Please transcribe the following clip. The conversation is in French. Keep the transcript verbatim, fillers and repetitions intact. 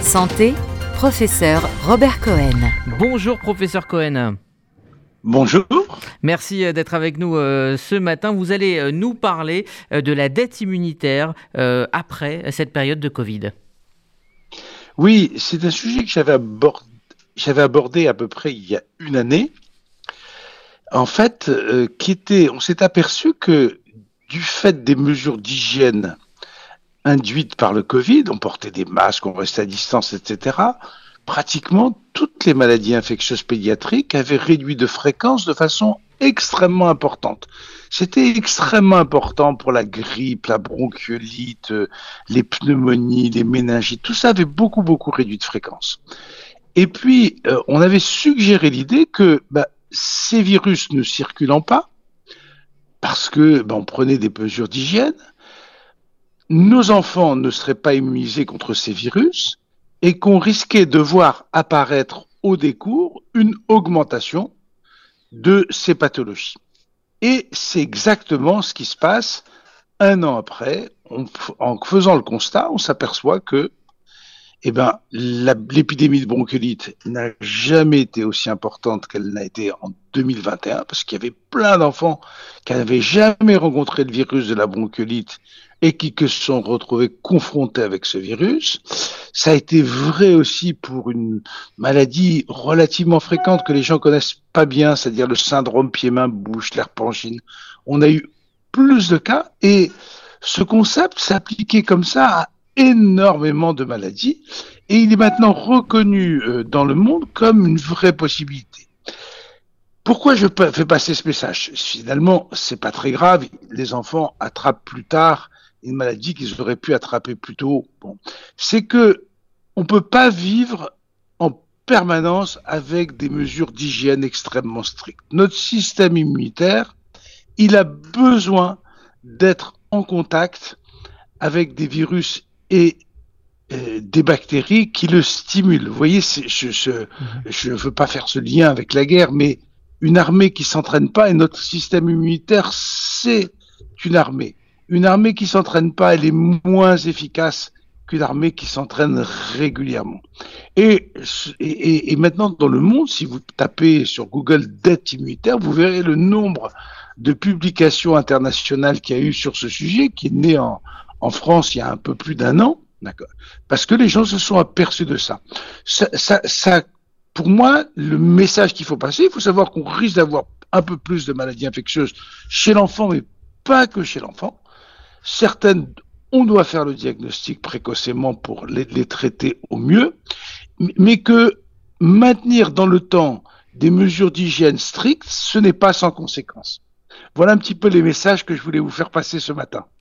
Santé, professeur Robert Cohen. Bonjour professeur Cohen. Bonjour. Merci d'être avec nous euh, ce matin. Vous allez euh, nous parler euh, de la dette immunitaire euh, après cette période de Covid. Oui, c'est un sujet que j'avais abordé, j'avais abordé à peu près il y a une année. En fait, euh, qui était, on s'est aperçu que du fait des mesures d'hygiène induites par le Covid, on portait des masques, on restait à distance, et cetera, pratiquement toutes les maladies infectieuses pédiatriques avaient réduit de fréquence de façon extrêmement importante. C'était extrêmement important pour la grippe, la bronchiolite, les pneumonies, les méningites, tout ça avait beaucoup, beaucoup réduit de fréquence. Et puis, euh, on avait suggéré l'idée que bah, ces virus ne circulant pas, parce que bah, on prenait des mesures d'hygiène, nos enfants ne seraient pas immunisés contre ces virus et qu'on risquait de voir apparaître au décours une augmentation de ces pathologies. Et c'est exactement ce qui se passe un an après. On, en faisant le constat, on s'aperçoit que eh ben, la, l'épidémie de bronchiolite n'a jamais été aussi importante qu'elle n'a été en deux mille vingt et un, parce qu'il y avait plein d'enfants qui n'avaient jamais rencontré le virus de la bronchiolite et qui se sont retrouvés confrontés avec ce virus. Ça a été vrai aussi pour une maladie relativement fréquente que les gens connaissent pas bien, c'est-à-dire le syndrome pieds-mains-bouche, l'herpangine. On a eu plus de cas et ce concept s'appliquait comme ça à énormément de maladies et il est maintenant reconnu dans le monde comme une vraie possibilité. Pourquoi je fais passer ce message ? Finalement, c'est pas très grave. Les enfants attrapent plus tard une maladie qu'ils auraient pu attraper plus tôt. Bon, c'est que on peut pas vivre en permanence avec des mesures d'hygiène extrêmement strictes. Notre système immunitaire, il a besoin d'être en contact avec des virus et euh, des bactéries qui le stimulent. Vous voyez, c'est, je je ne veux pas faire ce lien avec la guerre, mais une armée qui s'entraîne pas, et notre système immunitaire, c'est une armée. Une armée qui s'entraîne pas, elle est moins efficace qu'une armée qui s'entraîne régulièrement. Et, et, et maintenant, dans le monde, si vous tapez sur Google dette immunitaire, vous verrez le nombre de publications internationales qu'il y a eu sur ce sujet, qui est né en, en France il y a un peu plus d'un an, d'accord, parce que les gens se sont aperçus de ça. Ça, ça, ça pour moi, le message qu'il faut passer, il faut savoir qu'on risque d'avoir un peu plus de maladies infectieuses chez l'enfant, mais pas que chez l'enfant. Certaines, on doit faire le diagnostic précocement pour les, les traiter au mieux, mais que maintenir dans le temps des mesures d'hygiène strictes, ce n'est pas sans conséquence. Voilà un petit peu les messages que je voulais vous faire passer ce matin.